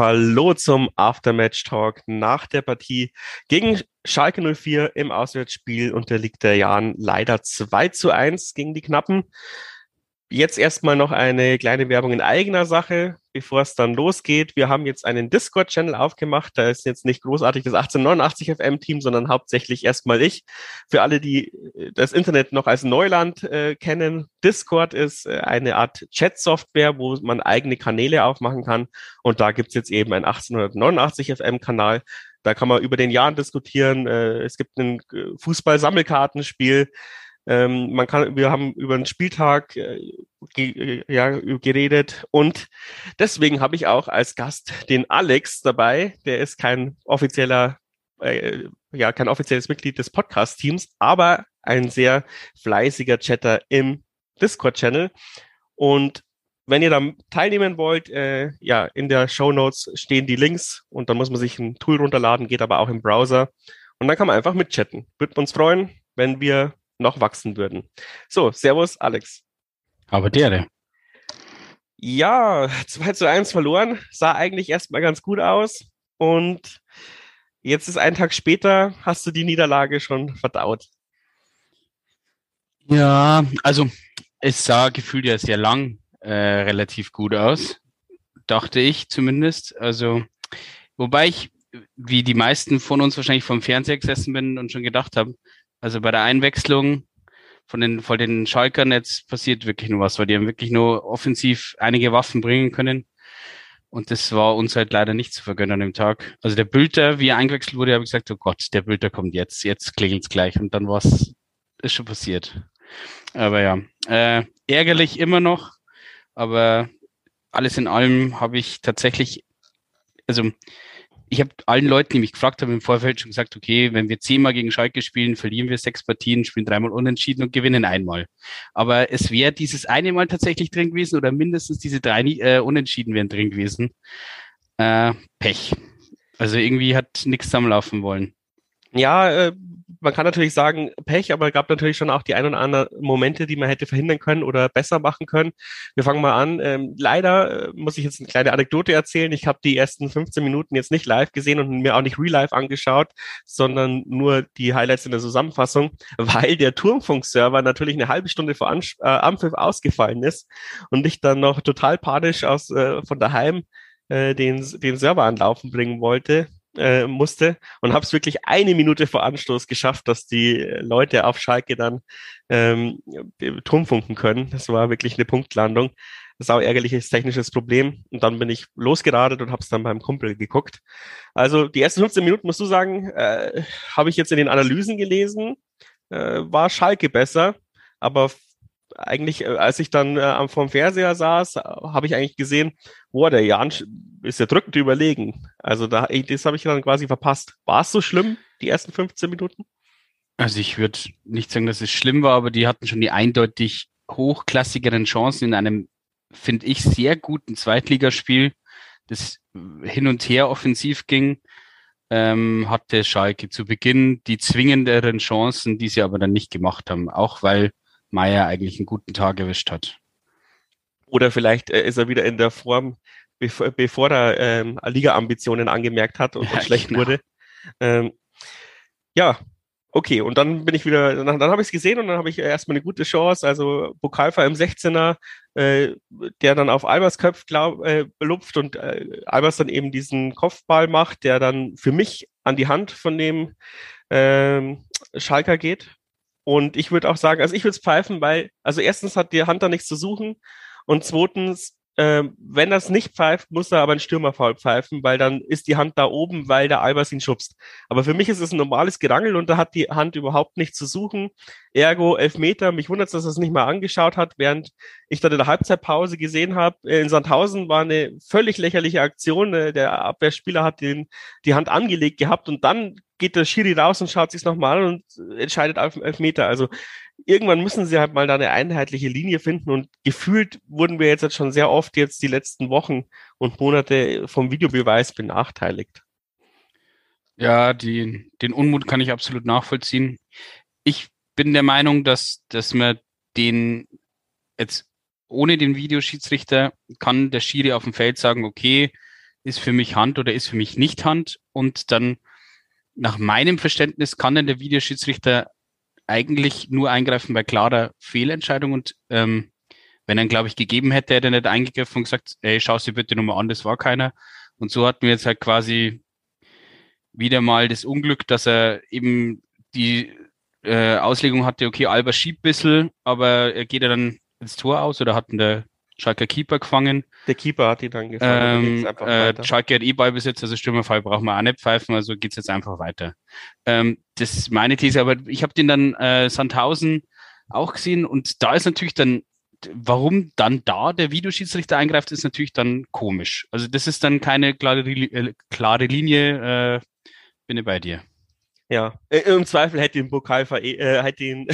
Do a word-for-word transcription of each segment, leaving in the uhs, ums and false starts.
hallo zum Aftermatch-Talk nach der Partie gegen Schalke null vier im Auswärtsspiel unterliegt der Jan leider zwei zu eins gegen die Knappen. Jetzt erstmal noch eine kleine Werbung in eigener Sache, bevor es dann losgeht. Wir haben jetzt einen Discord-Channel aufgemacht. Da ist jetzt nicht großartig das achtzehnhundertneunundachtzig F M-Team, sondern hauptsächlich erstmal ich. Für alle, die das Internet noch als Neuland äh, kennen, Discord ist äh, eine Art Chat-Software, wo man eigene Kanäle aufmachen kann. Und da gibt's jetzt eben einen achtzehnhundertneunundachtzig F M-Kanal. Da kann man über den Jahren diskutieren. Äh, es gibt ein Fußball-Sammelkartenspiel. Ähm, man kann, wir haben über den Spieltag äh, ge, ja, geredet und deswegen habe ich auch als Gast den Alex dabei. Der ist kein offizieller, äh, ja, kein offizielles Mitglied des Podcast-Teams, aber ein sehr fleißiger Chatter im Discord-Channel. Und wenn ihr da teilnehmen wollt, äh, ja, in der Shownotes stehen die Links und dann muss man sich ein Tool runterladen, geht aber auch im Browser und dann kann man einfach mitchatten. Würde uns freuen, wenn wir noch wachsen würden. So, servus, Alex. Aber der. Ja, zwei zu eins verloren. Sah eigentlich erstmal ganz gut aus. Und jetzt ist ein Tag später, hast du die Niederlage schon verdaut. Ja, also es sah gefühlt ja sehr lang äh, relativ gut aus. Dachte ich zumindest. Also, wobei ich, wie die meisten von uns wahrscheinlich vom Fernseher gesessen bin und schon gedacht habe, also bei der Einwechslung von den, von den Schalkern jetzt passiert wirklich nur was, weil die haben wirklich nur offensiv einige Waffen bringen können. Und das war uns halt leider nicht zu vergönnen an dem Tag. Also der Bülter, wie er eingewechselt wurde, habe ich gesagt, oh Gott, der Bülter kommt jetzt, jetzt klingelt's gleich. Und dann war's, ist schon passiert. Aber ja, äh, ärgerlich immer noch. Aber alles in allem habe ich tatsächlich, also ich habe allen Leuten, die mich gefragt haben im Vorfeld, schon gesagt, okay, wenn wir zehnmal gegen Schalke spielen, verlieren wir sechs Partien, spielen dreimal unentschieden und gewinnen einmal. Aber es wäre dieses eine Mal tatsächlich drin gewesen oder mindestens diese drei äh, Unentschieden wären drin gewesen. Äh, Pech. Also irgendwie hat nichts zusammenlaufen wollen. Ja, äh, man kann natürlich sagen Pech, aber es gab natürlich schon auch die ein oder anderen Momente, die man hätte verhindern können oder besser machen können. Wir fangen mal an. Ähm, leider äh, muss ich jetzt eine kleine Anekdote erzählen. Ich habe die ersten fünfzehn Minuten jetzt nicht live gesehen und mir auch nicht real live angeschaut, sondern nur die Highlights in der Zusammenfassung, weil der Turmfunkserver natürlich eine halbe Stunde vor Ans- äh, Anpfiff ausgefallen ist und ich dann noch total panisch aus äh, von daheim äh, den, den Server anlaufen bringen wollte. Äh, musste und habe es wirklich eine Minute vor Anstoß geschafft, dass die Leute auf Schalke dann ähm, turmfunken können. Das war wirklich eine Punktlandung. Das ist auch ärgerliches technisches Problem. Und dann bin ich losgeradet und habe es dann beim Kumpel geguckt. Also die ersten fünfzehn Minuten, musst du sagen, äh, habe ich jetzt in den Analysen gelesen, äh, war Schalke besser. Aber eigentlich, äh, als ich dann äh, vorm Fernseher saß, habe ich eigentlich gesehen, boah, der Jan ist ja drückend überlegen. Also da, das habe ich dann quasi verpasst. War es so schlimm, die ersten fünfzehn Minuten? Also ich würde nicht sagen, dass es schlimm war, aber die hatten schon die eindeutig hochklassigeren Chancen in einem, finde ich, sehr guten Zweitligaspiel, das hin und her offensiv ging. Ähm, hatte Schalke zu Beginn die zwingenderen Chancen, die sie aber dann nicht gemacht haben, auch weil Meier eigentlich einen guten Tag erwischt hat. Oder vielleicht äh, ist er wieder in der Form, bevor, bevor er ähm, Liga-Ambitionen angemerkt hat und, Ja, und schlecht genau. wurde. Ähm, ja, okay. Und dann bin ich wieder, dann, dann habe ich es gesehen und dann habe ich erstmal eine gute Chance. Also Pokalfer im sechzehner, äh, der dann auf Albers Köpf glaub, äh, lupft und äh, Albers dann eben diesen Kopfball macht, der dann für mich an die Hand von dem ähm, Schalker geht. Und ich würde auch sagen, also ich würde es pfeifen, weil, also erstens hat die Hand da nichts zu suchen und zweitens, äh, wenn er es nicht pfeift, muss er aber einen Stürmerfoul pfeifen, weil dann ist die Hand da oben, weil der Albers ihn schubst. Aber für mich ist es ein normales Gerangel und da hat die Hand überhaupt nichts zu suchen. Ergo Elfmeter. Mich wundert es, dass er es nicht mal angeschaut hat, während ich dann in der Halbzeitpause gesehen habe, in Sandhausen war eine völlig lächerliche Aktion. Der Abwehrspieler hat den, die Hand angelegt gehabt und dann geht der Schiri raus und schaut sich's nochmal an und entscheidet auf Elfmeter. Also irgendwann müssen sie halt mal da eine einheitliche Linie finden und gefühlt wurden wir jetzt schon sehr oft jetzt die letzten Wochen und Monate vom Videobeweis benachteiligt. Ja, die, den Unmut kann ich absolut nachvollziehen. Ich bin der Meinung, dass, dass man den jetzt ohne den Videoschiedsrichter kann der Schiri auf dem Feld sagen, okay, ist für mich Hand oder ist für mich nicht Hand. Und dann nach meinem Verständnis kann dann der Videoschiedsrichter eigentlich nur eingreifen bei klarer Fehlentscheidung. Und ähm, wenn er, glaube ich, gegeben hätte, hätte er nicht eingegriffen und gesagt, ey, schau sie bitte nochmal an, das war keiner. Und so hatten wir jetzt halt quasi wieder mal das Unglück, dass er eben die äh, Auslegung hatte, okay, Alba schiebt ein bisschen, aber er geht ja dann ins Tor aus oder hat ihn der Schalker Keeper gefangen. Der Keeper hat ihn dann gefangen. Ähm, äh, Schalke hat eh Ballbesitz, also Stürmerfall brauchen wir auch nicht pfeifen, also geht's jetzt einfach weiter. Ähm, das ist meine These, aber ich habe den dann äh, Sandhausen auch gesehen und da ist natürlich dann, warum dann da der Videoschiedsrichter eingreift, ist natürlich dann komisch. Also das ist dann keine klare, äh, klare Linie, äh, bin ich bei dir. Ja, im Zweifel hätte den Pokal äh, hätte ihn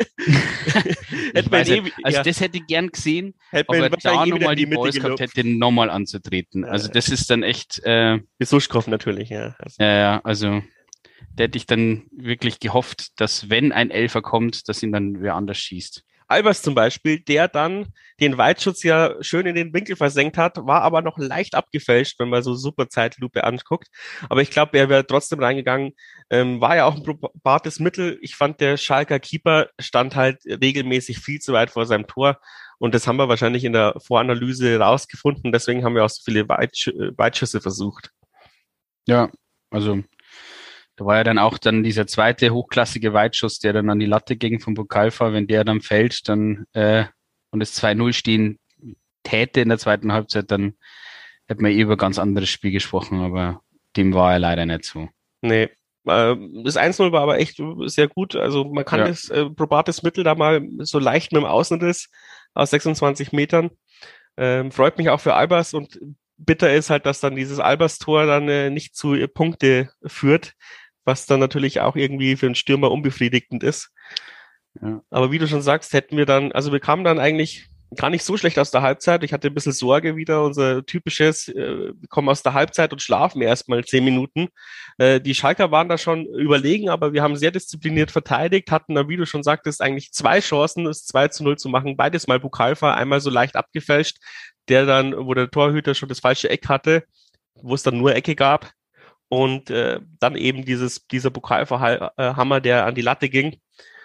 hätte man eh, also ja. Das hätte ich gern gesehen, hätte aber da nochmal die, die Balls gehabt hätte, nochmal anzutreten. Also das ist dann echt äh, Besuschkow natürlich, ja. Also. Ja, ja, also da hätte ich dann wirklich gehofft, dass wenn ein Elfer kommt, dass ihn dann wer anders schießt. Albers zum Beispiel, der dann den Weitschutz ja schön in den Winkel versenkt hat, war aber noch leicht abgefälscht, wenn man so super Zeitlupe anguckt. Aber ich glaube, er wäre trotzdem reingegangen. Ähm, war ja auch ein probates Mittel. Ich fand, der Schalker Keeper stand halt regelmäßig viel zu weit vor seinem Tor. Und das haben wir wahrscheinlich in der Voranalyse rausgefunden. Deswegen haben wir auch so viele Weitsch- Weitschüsse versucht. Ja, also da war ja dann auch dann dieser zweite hochklassige Weitschuss, der dann an die Latte ging vom Pokalfahrer. Wenn der dann fällt, dann äh, und es zwei null stehen täte in der zweiten Halbzeit, dann hätte man eh über ein ganz anderes Spiel gesprochen, aber dem war er leider nicht so. Nee, äh, das eins null war aber echt sehr gut. Also man kann ja. das äh, probates Mittel da mal so leicht mit dem Außenriss aus sechsundzwanzig Metern. Ähm, freut mich auch für Albers und bitter ist halt, dass dann dieses Albers-Tor dann äh, nicht zu äh, Punkte führt, was dann natürlich auch irgendwie für einen Stürmer unbefriedigend ist. Ja. Aber wie du schon sagst, hätten wir dann, also wir kamen dann eigentlich gar nicht so schlecht aus der Halbzeit. Ich hatte ein bisschen Sorge wieder, unser typisches, äh, wir kommen aus der Halbzeit und schlafen erstmal zehn Minuten. Äh, die Schalker waren da schon überlegen, aber wir haben sehr diszipliniert verteidigt, hatten da, wie du schon sagtest, eigentlich zwei Chancen, das zwei zu null zu machen. Beides mal Pokalfahrer, einmal so leicht abgefälscht, der dann, wo der Torhüter schon das falsche Eck hatte, wo es dann nur Ecke gab. Und äh, dann eben dieses dieser Pokalhammer, der an die Latte ging.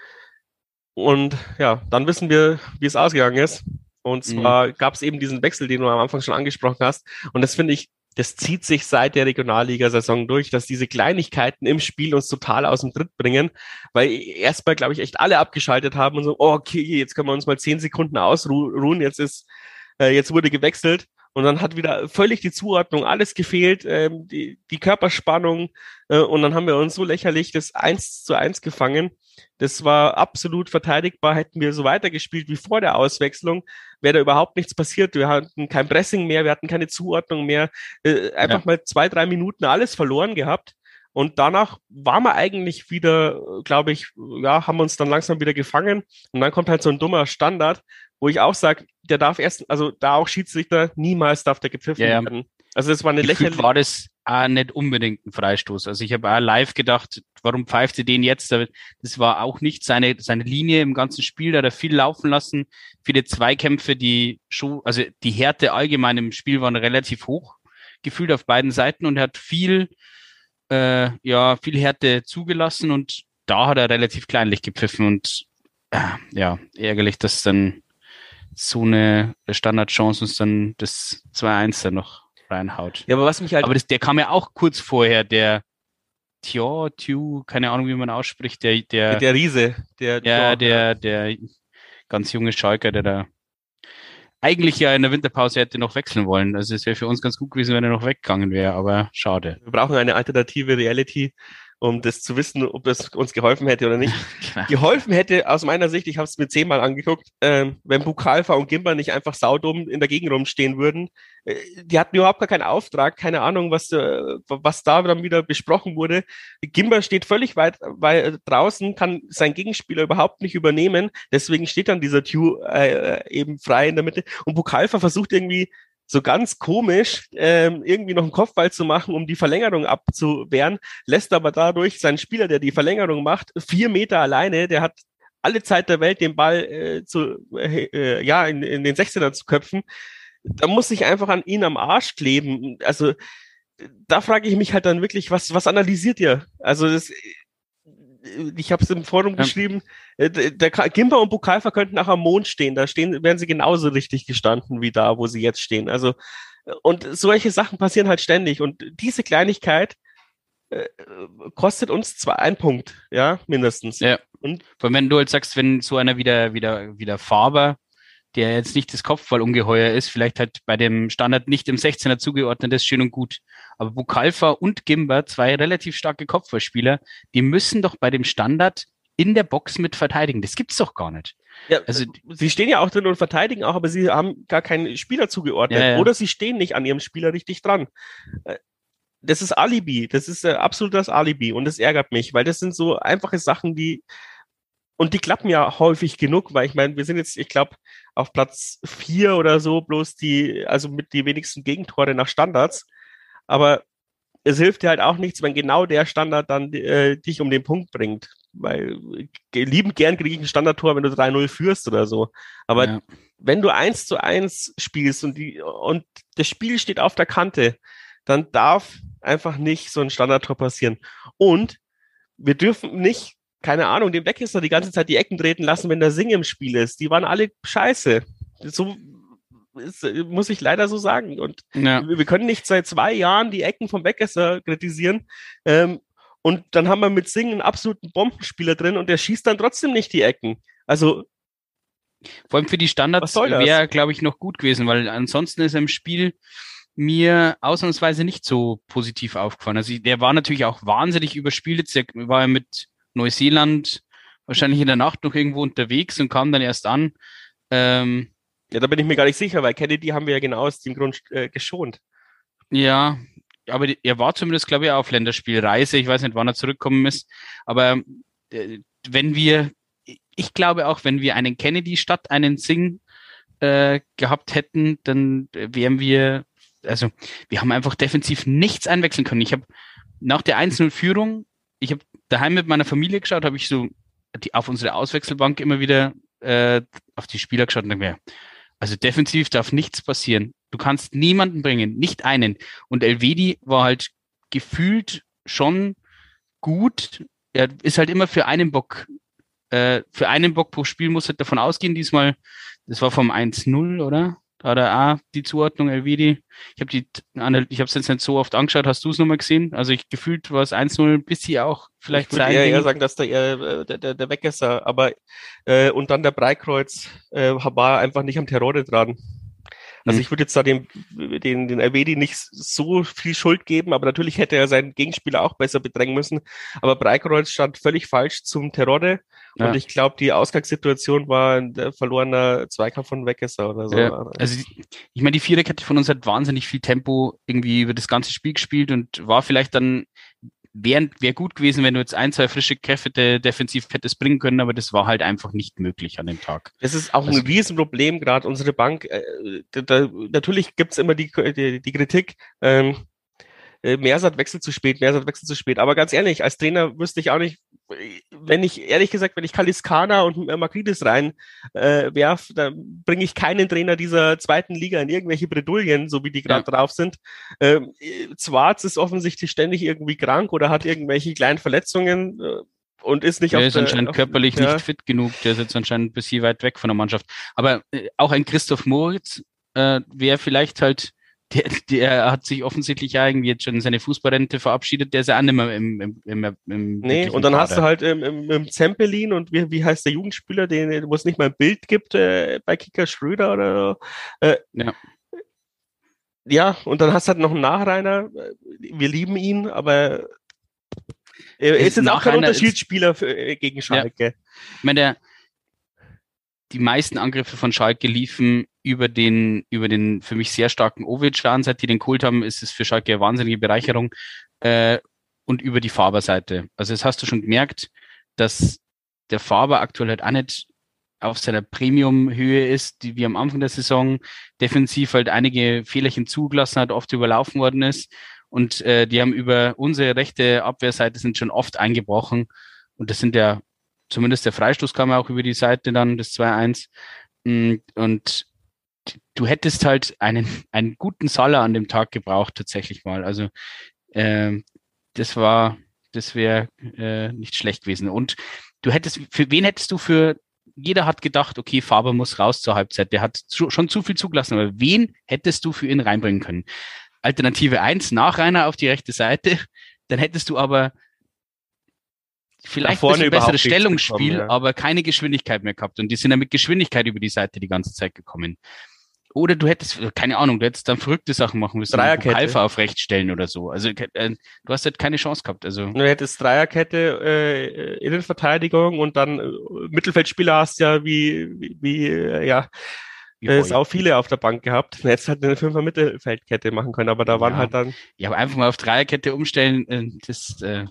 Und ja, dann wissen wir, wie es ausgegangen ist. Und zwar mhm. gab es eben diesen Wechsel, den du am Anfang schon angesprochen hast. Und das finde ich, das zieht sich seit der Regionalliga-Saison durch, dass diese Kleinigkeiten im Spiel uns total aus dem Tritt bringen. Weil erstmal, glaube ich, echt alle abgeschaltet haben und so, oh, okay, jetzt können wir uns mal zehn Sekunden ausruhen. Jetzt ist, äh, jetzt wurde gewechselt. Und dann hat wieder völlig die Zuordnung, alles gefehlt, ähm, die, die Körperspannung. Äh, und dann haben wir uns so lächerlich das eins zu eins gefangen. Das war absolut verteidigbar. Hätten wir so weitergespielt wie vor der Auswechslung, wäre da überhaupt nichts passiert. Wir hatten kein Pressing mehr, wir hatten keine Zuordnung mehr. Äh, einfach ja. mal zwei, drei Minuten alles verloren gehabt. Und danach waren wir eigentlich wieder, glaube ich, ja, haben uns dann langsam wieder gefangen. Und dann kommt halt so ein dummer Standard, wo ich auch sage, der darf erst, also da auch Schiedsrichter, niemals darf der gepfiffen ja, werden. Also das war eine lächerliche... war das auch nicht unbedingt ein Freistoß. Also ich habe auch live gedacht, warum pfeift sie den jetzt? Das war auch nicht seine, seine Linie im ganzen Spiel, da hat er viel laufen lassen. Viele Zweikämpfe, die schon, also die Härte allgemein im Spiel waren relativ hoch, gefühlt auf beiden Seiten und er hat viel, äh, ja, viel Härte zugelassen und da hat er relativ kleinlich gepfiffen und äh, ja, ärgerlich, dass dann so eine Standardchance uns dann das zwei eins dann noch reinhaut. Ja, aber was mich halt... Aber das, der kam ja auch kurz vorher, der Tio, Tio, keine Ahnung, wie man ausspricht, der... Der, der Riese. Der, ja, der, der ganz junge Schalker, der da eigentlich ja in der Winterpause hätte noch wechseln wollen. Also es wäre für uns ganz gut gewesen, wenn er noch weggegangen wäre, aber schade. Wir brauchen eine alternative Reality, um das zu wissen, ob das uns geholfen hätte oder nicht. Genau. Geholfen hätte aus meiner Sicht, ich habe es mir zehnmal angeguckt, ähm, wenn Bukalfa und Gimba nicht einfach saudumm in der Gegend rumstehen würden. Äh, die hatten überhaupt gar keinen Auftrag, keine Ahnung, was, äh, was da dann wieder besprochen wurde. Gimba steht völlig weit, weit draußen, kann seinen Gegenspieler überhaupt nicht übernehmen. Deswegen steht dann dieser Tue äh, eben frei in der Mitte. Und Bukalfa versucht irgendwie so ganz komisch, ähm, irgendwie noch einen Kopfball zu machen, um die Verlängerung abzuwehren, lässt aber dadurch seinen Spieler, der die Verlängerung macht, vier Meter alleine, der hat alle Zeit der Welt, den Ball äh, zu, äh, ja, in, in den sechzehner zu köpfen. da muss ich einfach an ihn am Arsch kleben. Also da frage ich mich halt dann wirklich, was, was analysiert ihr? Also das, ich habe es im Forum Ja. geschrieben, der, der Gimba und Bukalfa könnten auch am Mond stehen. Da stehen, wären sie genauso richtig gestanden wie da, wo sie jetzt stehen. Also und solche Sachen passieren halt ständig. Und diese Kleinigkeit äh, kostet uns zwar einen Punkt, ja, mindestens. Ja. Und Vor allem, wenn du halt sagst, wenn so einer wieder, wieder, wieder Faber, der jetzt nicht das Kopfballungeheuer ist, vielleicht halt bei dem Standard nicht im sechzehner zugeordnet ist, schön und gut. Aber Bukalfa und Gimba, zwei relativ starke Kopfballspieler, die müssen doch bei dem Standard in der Box mit verteidigen. Das gibt's doch gar nicht. ja, also sie stehen ja auch drin und verteidigen auch, aber sie haben gar keinen Spieler zugeordnet. Ja, ja. Oder sie stehen nicht an ihrem Spieler richtig dran. Das ist Alibi. Das ist äh, absolut das Alibi. Und das ärgert mich, weil das sind so einfache Sachen, die und die klappen ja häufig genug, weil ich meine, wir sind jetzt, ich glaube, auf Platz vier oder so, bloß die, also mit die wenigsten Gegentore nach Standards. Aber es hilft dir halt auch nichts, wenn genau der Standard dann äh, dich um den Punkt bringt. Weil äh, liebend gern kriege ich ein Standardtor, wenn du drei null führst oder so. Aber Ja. wenn du eins zu eins spielst und, die, und das Spiel steht auf der Kante, dann darf einfach nicht so ein Standardtor passieren. Und wir dürfen nicht, keine Ahnung, dem Weckesser die ganze Zeit die Ecken treten lassen, wenn der Sing im Spiel ist. Die waren alle scheiße. So ist, muss ich leider so sagen. Und Ja. wir können nicht seit zwei Jahren die Ecken vom Weckesser kritisieren. Ähm, und dann haben wir mit Sing einen absoluten Bombenspieler drin und der schießt dann trotzdem nicht die Ecken. Also Vor allem für die Standards wäre, glaube ich, noch gut gewesen, weil ansonsten ist er im Spiel mir ausnahmsweise nicht so positiv aufgefallen. Also der war natürlich auch wahnsinnig überspielt. Jetzt war er mit Neuseeland wahrscheinlich in der Nacht noch irgendwo unterwegs und kam dann erst an. Ähm, ja, da bin ich mir gar nicht sicher, weil Kennedy haben wir ja genau aus dem Grund äh, geschont. Ja, aber die, er war zumindest, glaube ich, auf Länderspielreise. Ich weiß nicht, wann er zurückgekommen ist. Aber äh, wenn wir, ich glaube auch, wenn wir einen Kennedy statt einen Sing äh, gehabt hätten, dann wären wir, also wir haben einfach defensiv nichts einwechseln können. Ich habe nach der eins null Führung, ich habe daheim mit meiner Familie geschaut, habe ich so die, auf unsere Auswechselbank immer wieder äh, auf die Spieler geschaut und dachte mir, also defensiv darf nichts passieren. Du kannst niemanden bringen, nicht einen. Und Elvedi war halt gefühlt schon gut. Er ist halt immer für einen Bock, äh, für einen Bock pro Spiel muss halt davon ausgehen. Diesmal, das war vom eins null, oder? Da hat er auch die Zuordnung, Elvedi. Ich habe die, ich habe es jetzt nicht so oft angeschaut. Hast du es nochmal gesehen? Also ich gefühlt war es eins null, bis sie auch vielleicht ich würde eher, eher sagen, dass der, eher, der, der, der Weckesser, aber äh, und dann der Breikreuz äh, war einfach nicht am Terrore dran. Also mhm. ich würde jetzt da dem, den, den Elvedi nicht so viel Schuld geben, aber natürlich hätte er seinen Gegenspieler auch besser bedrängen müssen. Aber Breikreuz stand völlig falsch zum Terrore. Ja. Und ich glaube, die Ausgangssituation war ein verlorener Zweikampf von Weckesser oder so. Ja, also ich meine, die Viererkette von uns hat wahnsinnig viel Tempo irgendwie über das ganze Spiel gespielt und war vielleicht dann, wäre wär gut gewesen, wenn du jetzt ein, zwei frische Kräfte defensiv hättest bringen können, aber das war halt einfach nicht möglich an dem Tag. Das ist auch also, ein Riesenproblem, gerade unsere Bank. Äh, da, da, natürlich gibt's immer die, die, die Kritik, ähm, Mersat wechselt zu spät, Mersat wechselt zu spät. Aber ganz ehrlich, als Trainer wüsste ich auch nicht, wenn ich, ehrlich gesagt, wenn ich Kaliskana und Makridis rein äh, werf, dann bringe ich keinen Trainer dieser zweiten Liga in irgendwelche Bredouillen, so wie die gerade ja. drauf sind. Ähm, Zwarz ist offensichtlich ständig irgendwie krank oder hat irgendwelche kleinen Verletzungen äh, und ist nicht der auf ist der, anscheinend auf, körperlich ja. nicht fit genug, der ist jetzt anscheinend bis hier weit weg von der Mannschaft. Aber äh, auch ein Christoph Moritz äh, wäre vielleicht halt Der, der hat sich offensichtlich ja irgendwie jetzt schon seine Fußballrente verabschiedet, der ist ja auch nicht mehr im, im, im, im Nee, und dann Kader. Hast du halt im, im, im Zempelin und wie, wie heißt der Jugendspieler, den, wo es nicht mal ein Bild gibt äh, bei Kicker Schröder oder äh, ja. Ja, und dann hast du halt noch einen Nachreiner, wir lieben ihn, aber er ist jetzt auch kein Unterschiedsspieler für, äh, gegen Schalke. Ja. Ich meine, der die meisten Angriffe von Schalke liefen über den, über den für mich sehr starken Ovic-An. Seit die den geholt haben, ist es für Schalke eine wahnsinnige Bereicherung. Äh, und über die Faber-Seite. Also das hast du schon gemerkt, dass der Faber aktuell halt auch nicht auf seiner Premium-Höhe ist, die wie am Anfang der Saison defensiv halt einige Fehlerchen zugelassen hat, oft überlaufen worden ist. Und äh, die haben über unsere rechte Abwehrseite sind schon oft eingebrochen. Und das sind ja zumindest der Freistoß kam ja auch über die Seite dann, das zwei eins. Und du hättest halt einen, einen guten Salah an dem Tag gebraucht, tatsächlich mal. Also äh, das war, das wäre äh, nicht schlecht gewesen. Und du hättest, für wen hättest du für, jeder hat gedacht, okay, Faber muss raus zur Halbzeit, der hat zu, schon zu viel zugelassen, aber wen hättest du für ihn reinbringen können? Alternative eins, Nachreiner auf die rechte Seite, dann hättest du aber vielleicht ein bisschen besseres Stellungsspiel, bekommen, ja. aber keine Geschwindigkeit mehr gehabt. Und die sind ja mit Geschwindigkeit über die Seite die ganze Zeit gekommen. Oder du hättest, keine Ahnung, du hättest dann verrückte Sachen machen müssen, Alpha auf rechts stellen oder so. Also äh, du hast halt keine Chance gehabt. Also du hättest Dreierkette, äh, Innenverteidigung und dann äh, Mittelfeldspieler hast ja wie, wie, wie äh, ja, äh, sau viele auf der Bank gehabt. Du hättest halt eine Fünfer Mittelfeldkette machen können, aber da ja. waren halt dann... Ja, aber einfach mal auf Dreierkette umstellen, äh, das... Äh,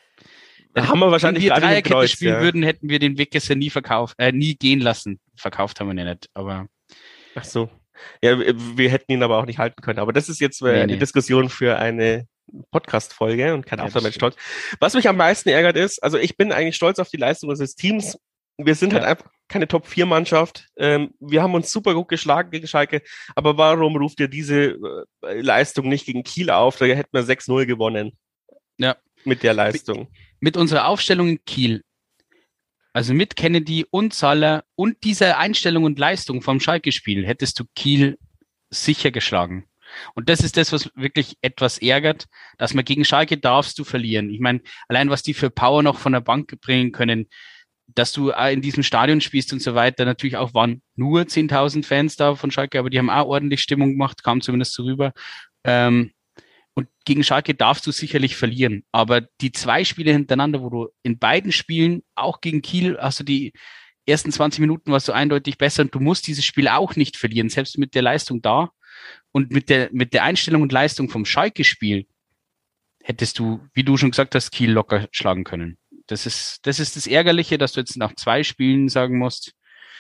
da haben wir wahrscheinlich wenn wir Dreierkette Kreuz, spielen ja. würden, hätten wir den Weggesse nie verkauft, äh, nie gehen lassen. Verkauft haben wir ihn ja nicht, aber... Ach so. Ja, wir hätten ihn aber auch nicht halten können. Aber das ist jetzt äh, nee, nee. die Diskussion für eine Podcast-Folge und kein ja, Aftermatch-Talk. Was mich am meisten ärgert ist, also ich bin eigentlich stolz auf die Leistung unseres Teams. Wir sind ja. halt einfach keine Top vier Mannschaft. Ähm, wir haben uns super gut geschlagen gegen Schalke. Aber warum ruft ihr diese äh, Leistung nicht gegen Kiel auf? Da hätten wir sechs null gewonnen. Ja. Mit der Leistung. Mit, mit unserer Aufstellung in Kiel. Also mit Kennedy und Salah und dieser Einstellung und Leistung vom Schalke-Spiel hättest du Kiel sicher geschlagen. Und das ist das, was wirklich etwas ärgert, dass man gegen Schalke darfst du verlieren. Ich meine, allein was die für Power noch von der Bank bringen können, dass du in diesem Stadion spielst und so weiter. Natürlich auch waren nur zehntausend Fans da von Schalke, aber die haben auch ordentlich Stimmung gemacht, kam zumindest so rüber. Ähm, Und gegen Schalke darfst du sicherlich verlieren. Aber die zwei Spiele hintereinander, wo du in beiden Spielen, auch gegen Kiel, hast du die ersten zwanzig Minuten warst du eindeutig besser und du musst dieses Spiel auch nicht verlieren, selbst mit der Leistung da. Und mit der, mit der Einstellung und Leistung vom Schalke-Spiel hättest du, wie du schon gesagt hast, Kiel locker schlagen können. Das ist, das ist das Ärgerliche, dass du jetzt nach zwei Spielen sagen musst,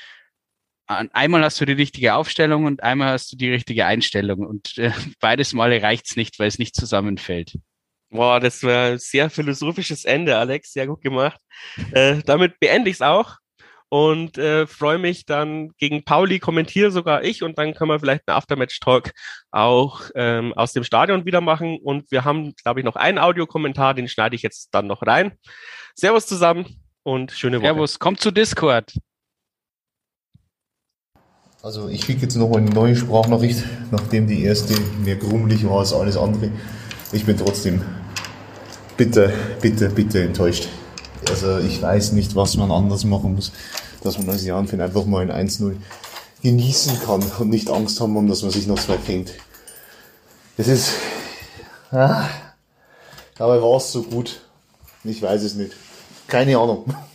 einmal hast du die richtige Aufstellung und einmal hast du die richtige Einstellung und äh, beides Male reicht's nicht, weil es nicht zusammenfällt. Boah, das war ein sehr philosophisches Ende, Alex, sehr gut gemacht. Äh, damit beende ich es auch und äh, freue mich dann gegen Pauli, kommentiere sogar ich und dann können wir vielleicht einen Aftermatch-Talk auch ähm, aus dem Stadion wieder machen und wir haben, glaube ich, noch einen Audiokommentar, den schneide ich jetzt dann noch rein. Servus zusammen und schöne Woche. Servus, kommt zu Discord. Also ich kriege jetzt nochmal eine neue Sprachnachricht, nachdem die erste mehr grummelig war als alles andere. Ich bin trotzdem bitter, bitter, bitter enttäuscht. Also ich weiß nicht, was man anders machen muss, dass man als Jan-Fan einfach mal ein eins null genießen kann und nicht Angst haben muss, dass man sich noch zwei fängt. Das ist... Ah, dabei war es so gut. Ich weiß es nicht. Keine Ahnung.